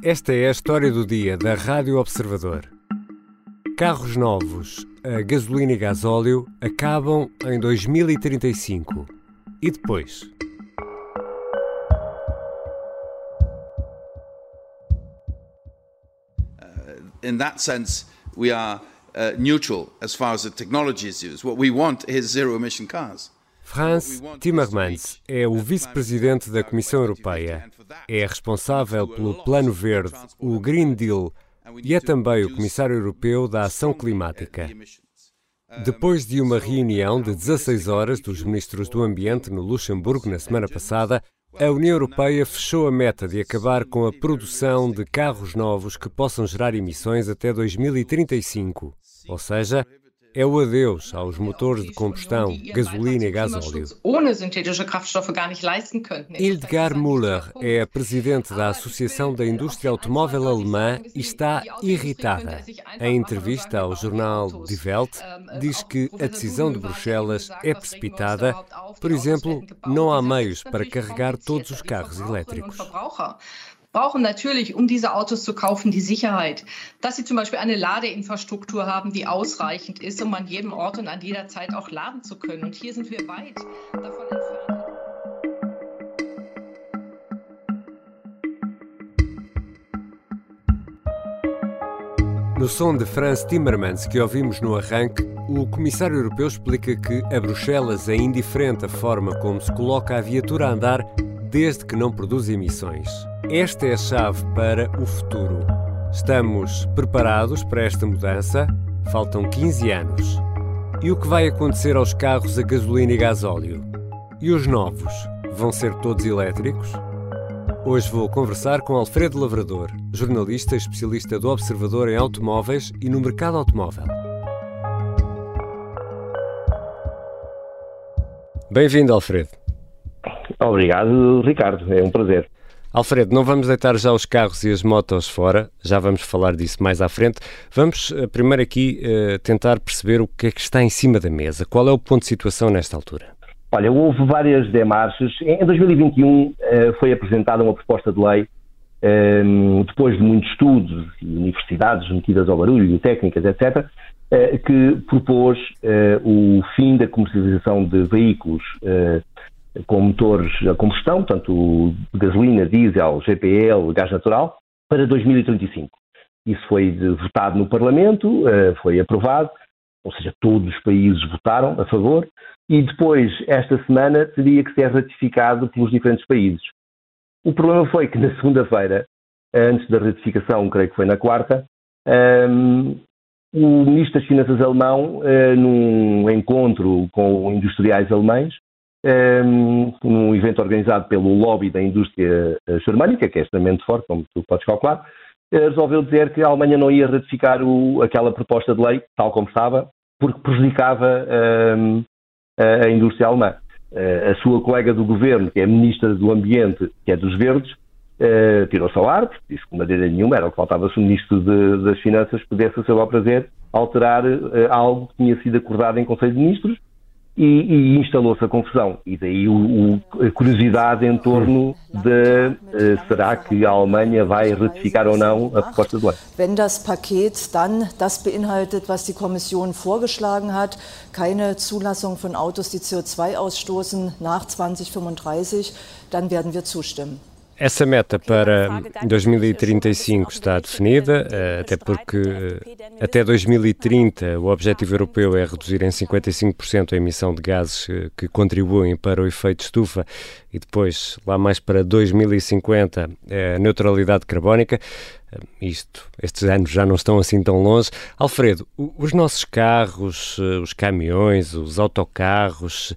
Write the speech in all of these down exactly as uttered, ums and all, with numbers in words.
Esta é a história do dia da Rádio Observador. Carros novos a gasolina e gasóleo acabam em dois mil e trinta e cinco. E depois? Uh, in that sense, we are uh, neutral as far as the technology is used. What we want is zero-emission cars. Frans Timmermans é o vice-presidente da Comissão Europeia. É responsável pelo Plano Verde, o Green Deal, e é também o Comissário Europeu da Ação Climática. Depois de uma reunião de dezasseis horas dos ministros do Ambiente no Luxemburgo na semana passada, a União Europeia fechou a meta de acabar com a produção de carros novos que possam gerar emissões até dois mil e trinta e cinco. Ou seja, é o adeus aos motores de combustão, gasolina e gasóleo. Hildegard Müller é a presidente da Associação da Indústria Automóvel Alemã e está irritada. Em entrevista ao jornal Die Welt, diz que a decisão de Bruxelas é precipitada. Por exemplo, não há meios para carregar todos os carros elétricos. Brauchen natürlich, um diese Autos zu kaufen, die Sicherheit, dass sie zum Beispiel eine Ladeinfrastruktur haben, die ausreichend ist, um an jedem Ort und an jeder Zeit auch laden zu können. Und hier sind wir weit davon entfernt. No som de Frans Timmermans que ouvimos no arranque, o Comissário Europeu explica que a Bruxelas é indiferente a forma como se coloca a viatura a andar desde que não produz emissões. Esta é a chave para o futuro. Estamos preparados para esta mudança? Faltam quinze anos. E o que vai acontecer aos carros a gasolina e gasóleo? E os novos? Vão ser todos elétricos? Hoje vou conversar com Alfredo Lavrador, jornalista e especialista do Observador em automóveis e no mercado automóvel. Bem-vindo, Alfredo. Obrigado, Ricardo. É um prazer. Alfredo, não vamos deitar já os carros e as motos fora, já vamos falar disso mais à frente. Vamos uh, primeiro aqui uh, tentar perceber o que é que está em cima da mesa. Qual é o ponto de situação nesta altura? Olha, houve várias demarches. Em dois mil e vinte e um uh, foi apresentada uma proposta de lei, um, depois de muitos estudos e universidades metidas ao barulho e técnicas, etcétera, uh, que propôs uh, o fim da comercialização de veículos uh, com motores a combustão, portanto, gasolina, diesel, G P L, gás natural, para dois mil e trinta e cinco. Isso foi votado no Parlamento, foi aprovado, ou seja, todos os países votaram a favor, e depois, esta semana, teria que ser ratificado pelos diferentes países. O problema foi que, na segunda-feira, antes da ratificação, creio que foi na quarta, um, o Ministro das Finanças alemão, uh, num encontro com industriais alemães, Um, um evento organizado pelo lobby da indústria germânica, que é extremamente forte, como tu podes calcular, resolveu dizer que a Alemanha não ia ratificar o, aquela proposta de lei, tal como estava, porque prejudicava um, a, a indústria alemã. Uh, a sua colega do governo, que é a Ministra do Ambiente, que é dos Verdes, uh, tirou-se ao ar, porque disse que de maneira nenhuma era o que faltava se o Ministro de, das Finanças pudesse a seu bel prazer alterar uh, algo que tinha sido acordado em Conselho de Ministros, E, e instalou-se a confusão. E daí o, o, a curiosidade em torno de uh, será que a Alemanha vai ratificar ou não a proposta de lei. Wenn das Paket dann das beinhaltet, was die Kommission vorgeschlagen hat, keine Zulassung von Autos, die C O zwei ausstoßen nach zwanzig fünfunddreißig, dann werden wir zustimmen. Essa meta para dois mil e trinta e cinco está definida, até porque até dois mil e trinta o objetivo europeu é reduzir em cinquenta e cinco por cento a emissão de gases que contribuem para o efeito estufa e depois, lá mais para dois mil e cinquenta, a neutralidade carbónica. Isto, estes anos já não estão assim tão longe. Alfredo, os nossos carros, os caminhões, os autocarros,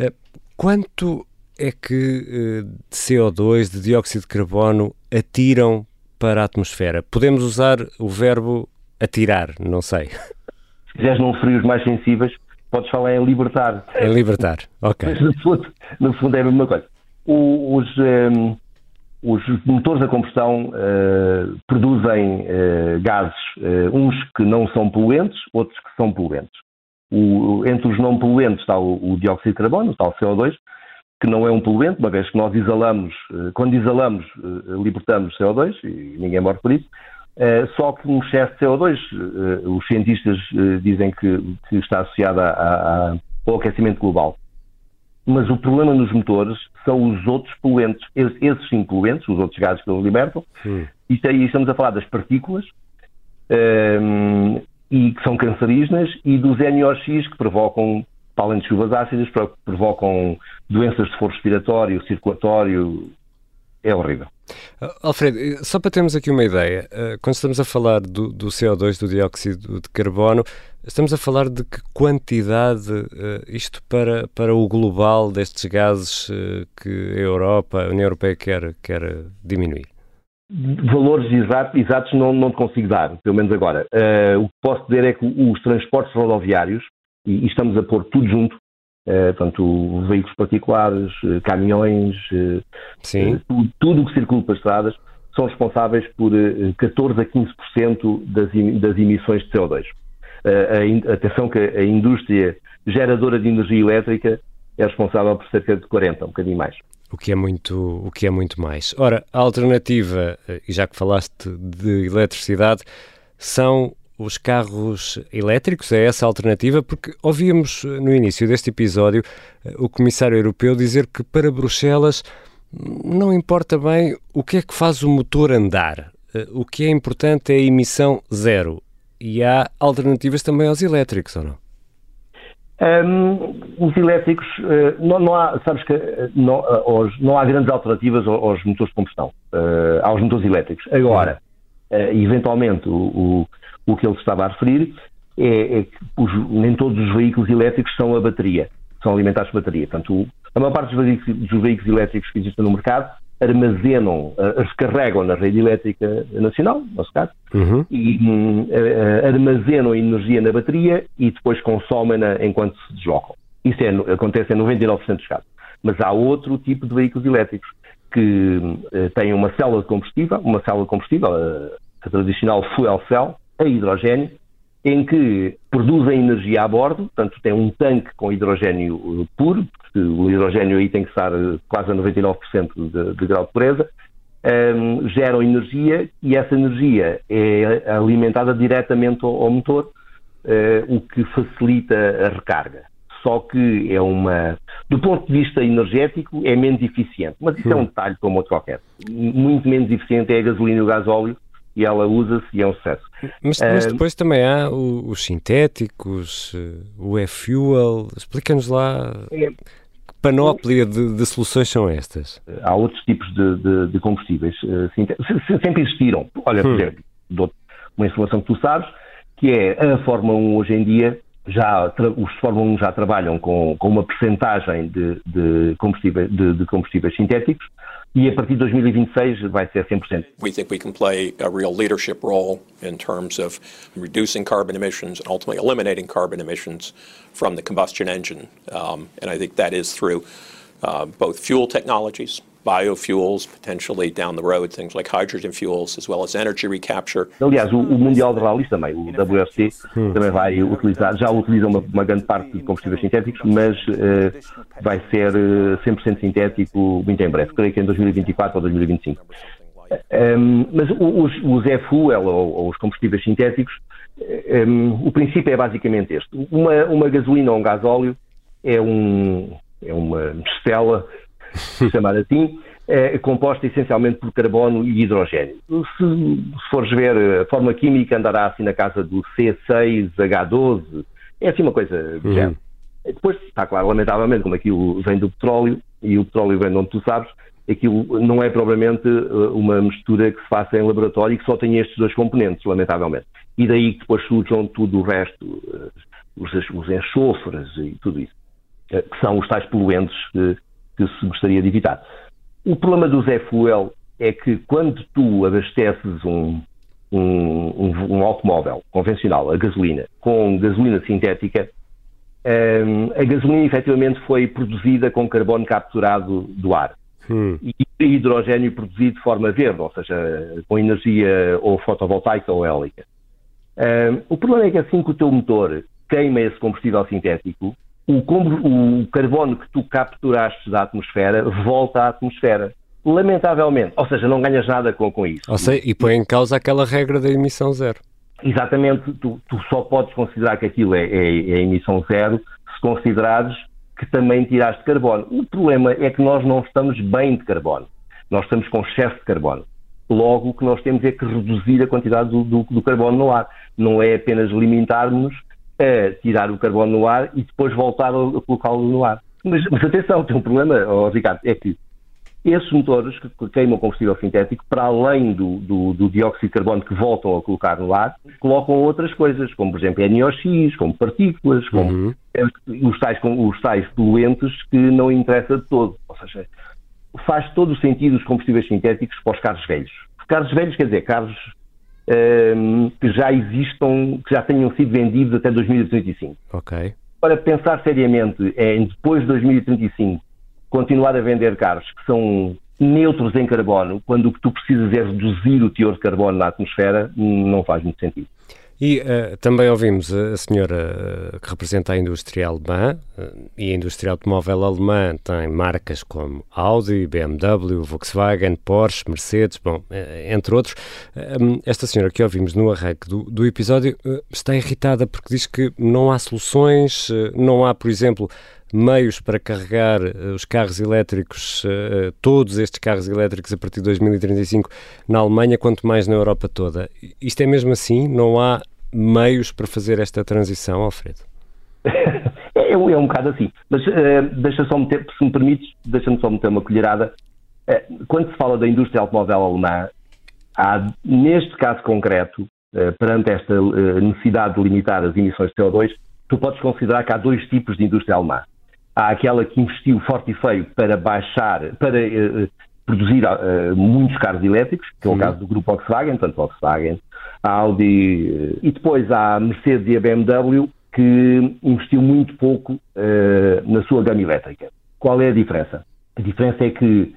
quanto é que de C O dois, de dióxido de carbono, atiram para a atmosfera? Podemos usar o verbo atirar, não sei. Se quiseres não ferir os mais sensíveis, podes falar em libertar. Em libertar, ok. Mas no fundo, no fundo é a mesma coisa. O, os, um, os motores a combustão uh, produzem uh, gases, uh, uns que não são poluentes, outros que são poluentes. O, entre os não poluentes está o, o dióxido de carbono, está o C O dois, que não é um poluente, uma vez que nós exalamos, quando exalamos, libertamos C O dois, e ninguém morre por isso, só que um excesso de C O dois, os cientistas dizem que, que está associado a, a, ao aquecimento global. Mas o problema nos motores são os outros poluentes, esses sim poluentes, os outros gases que eles libertam, hum. e aí estamos a falar das partículas, um, e que são cancerígenas, e dos N O X que provocam, para além de chuvas ácidas, provocam doenças de foro respiratório, circulatório. É horrível. Alfredo, só para termos aqui uma ideia, quando estamos a falar do, do C O dois, do dióxido de carbono, estamos a falar de que quantidade, isto para, para o global destes gases que a Europa, a União Europeia quer, quer diminuir? Valores exatos, exatos não, não te consigo dar, pelo menos agora. Uh, o que posso dizer é que os transportes rodoviários, e, e estamos a pôr tudo junto, uh, portanto, veículos particulares, uh, caminhões, uh, uh, tudo, tudo o que circula pelas estradas, são responsáveis por uh, catorze a quinze por cento das, das emissões de C O dois. Uh, a, atenção que a indústria geradora de energia elétrica é responsável por cerca de quarenta, um bocadinho mais. O que é muito, o que é muito mais. Ora, a alternativa, e já que falaste de eletricidade, são os carros elétricos, é essa a alternativa? Porque ouvíamos no início deste episódio o Comissário Europeu dizer que para Bruxelas não importa bem o que é que faz o motor andar. O que é importante é a emissão zero. E há alternativas também aos elétricos, ou não? Um, os elétricos, uh, não, não há, sabes que não, uh, os, não há grandes alternativas aos, aos motores de combustão, uh, aos motores elétricos. Agora, uh, eventualmente, o, o, o que ele estava a referir é, é que os, nem todos os veículos elétricos são a bateria, são alimentados por bateria. Portanto, o, a maior parte dos veículos, dos veículos elétricos que existem no mercado armazenam, uh, recarregam na rede elétrica nacional, no nosso caso, uhum. e um, uh, armazenam energia na bateria e depois consomem-na enquanto se deslocam. Isso é, acontece em noventa e nove por cento dos casos. Mas há outro tipo de veículos elétricos que uh, têm uma célula de combustível, uma célula de combustível, uh, a tradicional fuel cell, a hidrogênio, em que produzem energia a bordo, portanto tem um tanque com hidrogênio puro, porque o hidrogênio aí tem que estar quase a noventa e nove por cento de, de grau de pureza, um, geram energia e essa energia é alimentada diretamente ao, ao motor, uh, o que facilita a recarga. Só que é uma, do ponto de vista energético, é menos eficiente, mas isso hum. é um detalhe como outro qualquer. Muito menos eficiente é a gasolina e o gasóleo, e ela usa-se e é um sucesso. Mas, mas depois uh, também há o, os sintéticos, o e-fuel, explica-nos lá é, que panóplia de, de soluções são estas? Há outros tipos de, de, de combustíveis, uh, sempre existiram. Olha, por hum. exemplo, dou-te uma informação que tu sabes, que é a Fórmula um hoje em dia, já, os Fórmula um já trabalham com, com uma percentagem de, de, combustíveis, de, de combustíveis sintéticos, e a partir de dois mil e vinte e seis vai ser cem por cento. We think we can play a real leadership role in terms of reducing carbon emissions and ultimately eliminating carbon emissions from the combustion engine. Um, and I think that is through uh, both fuel technologies, biofuels, potentially down the road, things like hydrogen fuels, as well as energy recapture. Aliás, o, o Mundial de Rallys também, o W F C, hum. também vai utilizar, já utiliza uma, uma grande parte de combustíveis sintéticos, mas uh, vai ser uh, cem por cento sintético muito em breve, creio que em dois mil e vinte e quatro ou dois mil e vinte e cinco. Um, mas os, os e-fuel ou, ou os combustíveis sintéticos, um, o princípio é basicamente este. Uma, uma gasolina ou um gasóleo é, um, é uma mistela, chamar assim, é composta essencialmente por carbono e hidrogênio. Se, se fores ver, a fórmula química andará assim na casa do C seis H doze, é assim uma coisa do uhum. género. Depois, está claro, lamentavelmente, como aquilo vem do petróleo, e o petróleo vem de onde tu sabes, aquilo não é propriamente uma mistura que se faça em laboratório e que só tem estes dois componentes, lamentavelmente. E daí que depois surjam tudo o resto, os, os enxofres e tudo isso, que são os tais poluentes que que se gostaria de evitar. O problema do e-fuel é que quando tu abasteces um, um, um, um automóvel convencional, a gasolina, com gasolina sintética, um, a gasolina efetivamente foi produzida com carbono capturado do ar hum. e hidrogênio produzido de forma verde, ou seja, com energia ou fotovoltaica ou eólica. Um, o problema é que assim que o teu motor queima esse combustível sintético, o, o carbono que tu capturaste da atmosfera volta à atmosfera. Lamentavelmente. Ou seja, não ganhas nada com, com isso. Ou seja, e põe em causa aquela regra da emissão zero. Exatamente. Tu, tu só podes considerar que aquilo é, é, é emissão zero se considerares que também tiraste carbono. O problema é que nós não estamos bem de carbono. Nós estamos com excesso de carbono. Logo, o que nós temos é que reduzir a quantidade do, do, do carbono no ar. Não é apenas limitarmos a tirar o carbono no ar e depois voltar a, a colocá-lo no ar. Mas, mas atenção, tem um problema, oh, Ricardo, é que esses motores que queimam combustível sintético, para além do, do, do dióxido de carbono que voltam a colocar no ar, colocam outras coisas, como por exemplo N O X, como partículas, como uhum. os, tais, os tais poluentes que não interessa de todo. Ou seja, faz todo o sentido os combustíveis sintéticos para os carros velhos. Os carros velhos quer dizer carros um, que já existam, que já tenham sido vendidos até dois mil e trinta e cinco. Ok. Para pensar seriamente em depois de dois mil e trinta e cinco continuar a vender carros que são neutros em carbono, quando o que tu precisas é reduzir o teor de carbono na atmosfera, não faz muito sentido. E uh, também ouvimos a senhora uh, que representa a indústria alemã, uh, e a indústria automóvel alemã tem marcas como Audi, B M W, Volkswagen, Porsche, Mercedes, bom, uh, entre outros. Uh, esta senhora que ouvimos no arranque do, do episódio uh, está irritada porque diz que não há soluções, uh, não há, por exemplo, meios para carregar uh, os carros elétricos, uh, todos estes carros elétricos a partir de dois mil e trinta e cinco na Alemanha, quanto mais na Europa toda. Isto é mesmo assim? Não há meios para fazer esta transição, Alfredo? É, é um bocado assim. Mas uh, deixa só meter, se me permites, deixa-me só meter uma colherada. Uh, quando se fala da indústria automóvel alemã, há, neste caso concreto, uh, perante esta uh, necessidade de limitar as emissões de C O dois, tu podes considerar que há dois tipos de indústria alemã. Há aquela que investiu forte e feio para baixar, para uh, produzir uh, muitos carros elétricos, que é o Sim. caso do grupo Volkswagen, tanto Volkswagen, a Audi, uh, e depois há a Mercedes e a B M W, que investiu muito pouco uh, na sua gama elétrica. Qual é a diferença? A diferença é que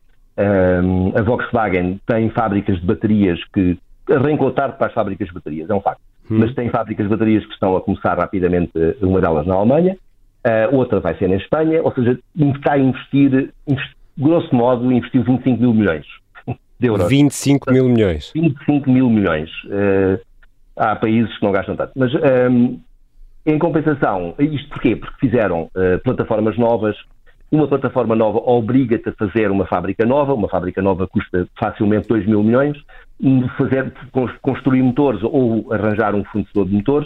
um, a Volkswagen tem fábricas de baterias que arrancou tarde para as fábricas de baterias, é um facto. Hum. Mas tem fábricas de baterias que estão a começar rapidamente, uma delas na Alemanha, uh, outra vai ser na Espanha, ou seja, está a investir, invest, grosso modo, investiu vinte e cinco mil milhões de euros. vinte e cinco mil milhões? vinte e cinco mil milhões. Uh, há países que não gastam tanto. Mas, um, em compensação, isto porquê? Porque fizeram uh, plataformas novas. Uma plataforma nova obriga-te a fazer uma fábrica nova, uma fábrica nova custa facilmente dois mil milhões, fazer, construir motores ou arranjar um fornecedor de motores.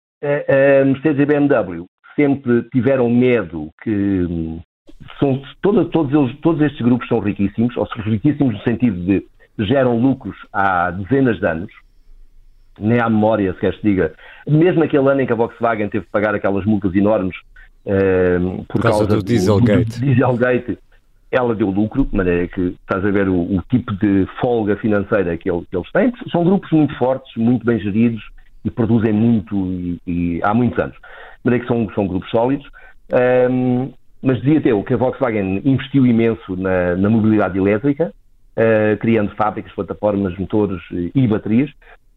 A Mercedes e a B M W sempre tiveram medo que são, todo, todos, eles, todos estes grupos são riquíssimos, ou são riquíssimos no sentido de geram lucros há dezenas de anos, nem há memória, se quer se diga. Mesmo aquele ano em que a Volkswagen teve que pagar aquelas multas enormes Uh, por, por causa, causa do, do Dieselgate. Dieselgate, ela deu lucro, de maneira que estás a ver o, o tipo de folga financeira que, ele, que eles têm. São grupos muito fortes, muito bem geridos e produzem muito e, e há muitos anos. De maneira que são, são grupos sólidos. Um, mas dizia-te eu que a Volkswagen investiu imenso na, na mobilidade elétrica, uh, criando fábricas, plataformas, motores e baterias.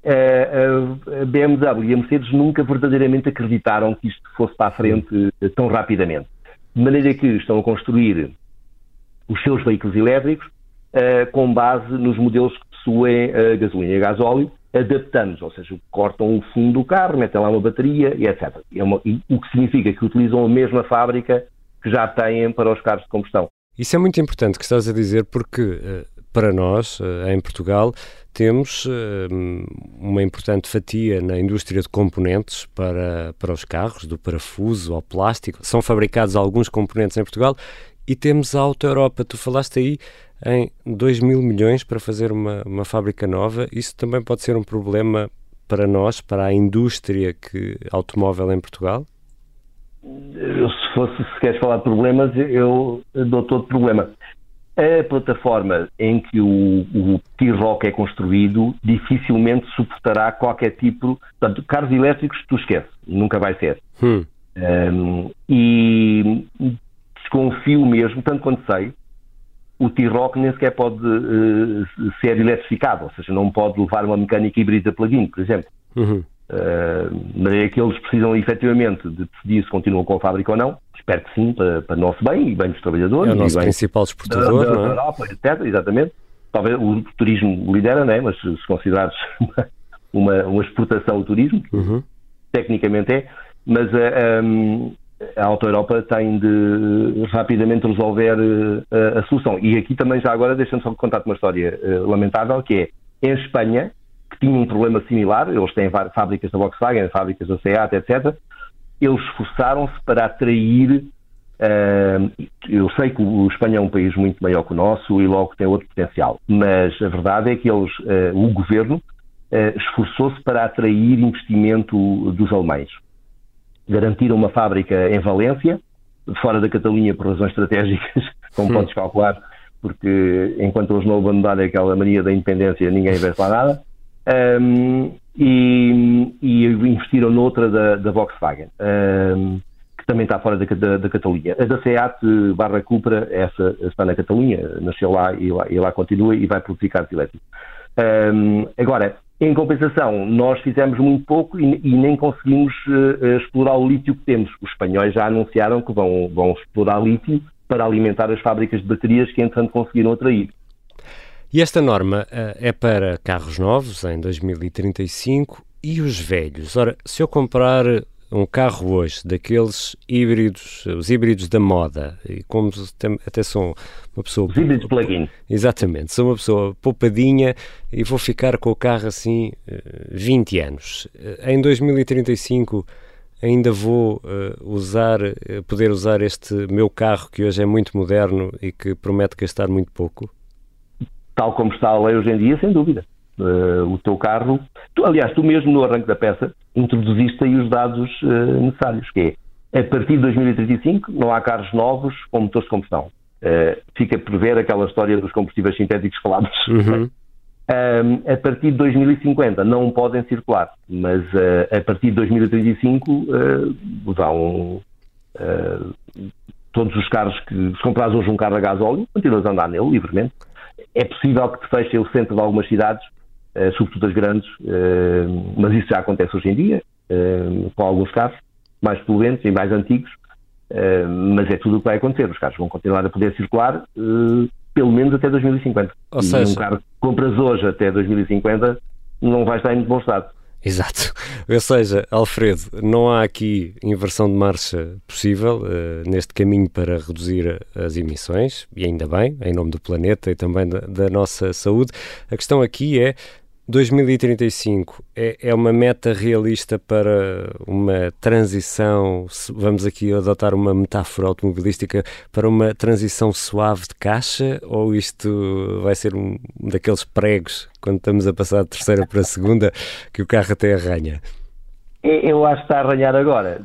A B M W e a Mercedes nunca verdadeiramente acreditaram que isto fosse para a frente tão rapidamente. De maneira que estão a construir os seus veículos elétricos uh, com base nos modelos que possuem uh, gasolina e gasóleo, adaptando-os, ou seja, cortam o fundo do carro, metem lá uma bateria e etcétera. É uma, e, o que significa que utilizam a mesma fábrica que já têm para os carros de combustão. Isso é muito importante que estás a dizer porque... Uh... Para nós, em Portugal, temos uma importante fatia na indústria de componentes para, para os carros, do parafuso ao plástico. São fabricados alguns componentes em Portugal e temos a Auto Europa. Tu falaste aí em dois mil milhões para fazer uma, uma fábrica nova. Isso também pode ser um problema para nós, para a indústria que, automóvel em Portugal? Eu, se, fosse, se queres falar de problemas, eu dou todo problema. A plataforma em que o, o T-Roc é construído dificilmente suportará qualquer tipo... Portanto, carros elétricos, tu esquece, nunca vai ser. Hum. Um, e desconfio mesmo, tanto quanto sei, o T-Roc nem sequer pode uh, ser eletrificado, ou seja, não pode levar uma mecânica híbrida plug-in, por exemplo. Uhum. Uh, mas é que eles precisam efetivamente de decidir se continuam com a fábrica ou não. espero que sim, para, para nosso bem e bem dos trabalhadores. É o nosso bem principal exportador, da, da, não é? da Europa, etcétera. Exatamente. Talvez o turismo lidera, não é? Mas se considerares uma, uma exportação o turismo, uhum. tecnicamente é, mas a, a, a Auto Europa tem de rapidamente resolver a, a solução. E aqui também, já agora, deixa-me só contar-te uma história uh, lamentável, que é, em Espanha, que tinha um problema similar, eles têm fábricas da Volkswagen, fábricas da SEAT, etcétera, eles esforçaram-se para atrair. Uh, eu sei que o Espanha é um país muito maior que o nosso e logo tem outro potencial, mas a verdade é que eles, uh, o governo uh, esforçou-se para atrair investimento dos alemães. Garantiram uma fábrica em Valência, fora da Catalunha por razões estratégicas, como hum. podes calcular, porque enquanto eles não abandonarem aquela mania da independência, ninguém investe lá nada. Um, e, e investiram noutra da, da Volkswagen. Um, que também está fora da, da, da Catalunha. A da SEAT barra Cupra, essa está na Catalunha, nasceu lá e lá, e lá continua e vai produzir carros elétricos. Um, agora, em compensação, nós fizemos muito pouco e, e nem conseguimos uh, explorar o lítio que temos. Os espanhóis já anunciaram que vão, vão explorar lítio para alimentar as fábricas de baterias que, entretanto, conseguiram atrair. E esta norma uh, é para carros novos, em dois mil e trinta e cinco, e os velhos? Ora, se eu comprar um carro hoje, daqueles híbridos, os híbridos da moda, e como até sou uma pessoa... Os híbridos plug-in. Exatamente, sou uma pessoa poupadinha e vou ficar com o carro assim vinte anos. Em dois mil e trinta e cinco ainda vou usar, poder usar este meu carro que hoje é muito moderno e que promete gastar muito pouco? Tal como está a lei hoje em dia, sem dúvida. Uh, o teu carro, tu, aliás, tu mesmo no arranque da peça introduziste aí os dados uh, necessários, que é, a partir de dois mil e trinta e cinco não há carros novos com motores de combustão. Uh, fica a prever aquela história dos combustíveis sintéticos falados. Uhum. Uh, a partir de dois mil e cinquenta não podem circular, mas uh, a partir de dois mil e trinta e cinco uh, vão uh, todos os carros que, se comprares hoje um carro a gasóleo, continuas a andar nele livremente. É possível que te feche o centro de algumas cidades, Uh, sobretudo as grandes, uh, mas isso já acontece hoje em dia, uh, com alguns carros mais poluentes e mais antigos, uh, mas é tudo o que vai acontecer. Os carros vão continuar a poder circular uh, pelo menos até dois mil e cinquenta. Ou e seja... um carro que compras hoje até dois mil e cinquenta não vai estar em muito bom estado. Exato. Ou seja, Alfredo, não há aqui inversão de marcha possível uh, neste caminho para reduzir as emissões, e ainda bem, em nome do planeta e também da, da nossa saúde. A questão aqui é, dois mil e trinta e cinco é, é uma meta realista para uma transição, vamos aqui adotar uma metáfora automobilística, para uma transição suave de caixa, ou isto vai ser um daqueles pregos, quando estamos a passar de terceira para a segunda, que o carro até arranha? Eu acho que está a arranhar agora.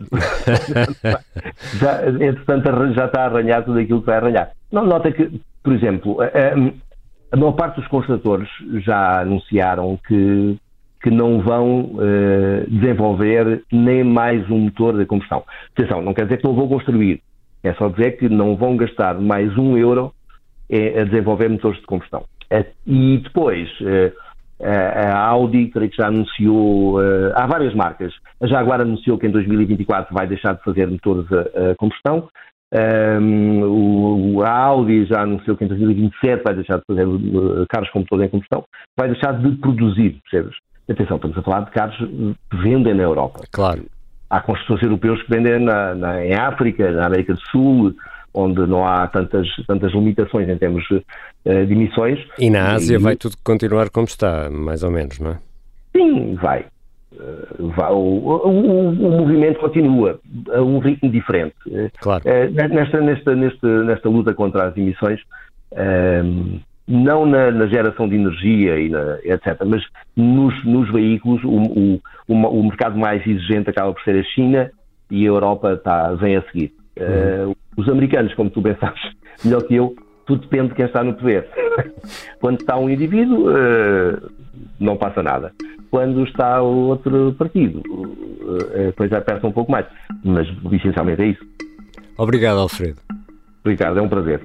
já, entretanto, já está a arranhar tudo aquilo que vai arranhar. Não nota que, por exemplo... A, a maior parte dos construtores já anunciaram que, que não vão uh, desenvolver nem mais um motor de combustão. Atenção, não quer dizer que não vão construir. É só dizer que não vão gastar mais um euro a desenvolver motores de combustão. E depois, uh, a Audi, creio que já anunciou, uh, há várias marcas. A Jaguar anunciou que em dois mil e vinte e quatro vai deixar de fazer motores a, a combustão. Um, o, a Audi já anunciou que em dois mil e vinte e sete vai deixar de fazer uh, carros com motor em combustão, vai deixar de produzir, percebes? Atenção, estamos a falar de carros que vendem na Europa. Claro. Há construtores europeus que vendem na, na, em África, na América do Sul, onde não há tantas, tantas limitações em termos uh, de emissões. E na Ásia e, vai tudo continuar como está, mais ou menos, não é? Sim, vai. Uh, vai o, o, o movimento continua a um ritmo diferente. Claro. Uh, nesta, nesta, nesta, nesta luta contra as emissões, uh, não na, na geração de energia, e na, etcétera, mas nos, nos veículos, o, o, o, o mercado mais exigente acaba por ser a China e a Europa tá, vem a seguir. Uh, uhum. Os americanos, como tu bem sabes, melhor que eu, tudo depende de quem está no poder. Quando está um indivíduo, uh, não passa nada. Quando está o outro partido, uh, depois aperta um pouco mais. Mas, essencialmente, é isso. Obrigado, Alfredo. Ricardo, é um prazer.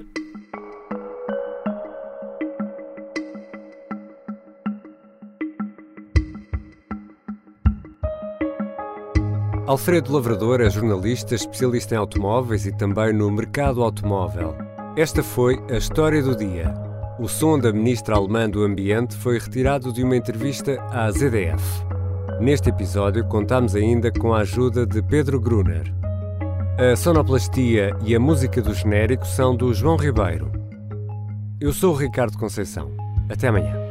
Alfredo Lavrador é jornalista, especialista em automóveis e também no mercado automóvel. Esta foi a história do dia. O som da ministra alemã do Ambiente foi retirado de uma entrevista à Z D F. Neste episódio contamos ainda com a ajuda de Pedro Gruner. A sonoplastia e a música do genérico são do João Ribeiro. Eu sou o Ricardo Conceição. Até amanhã.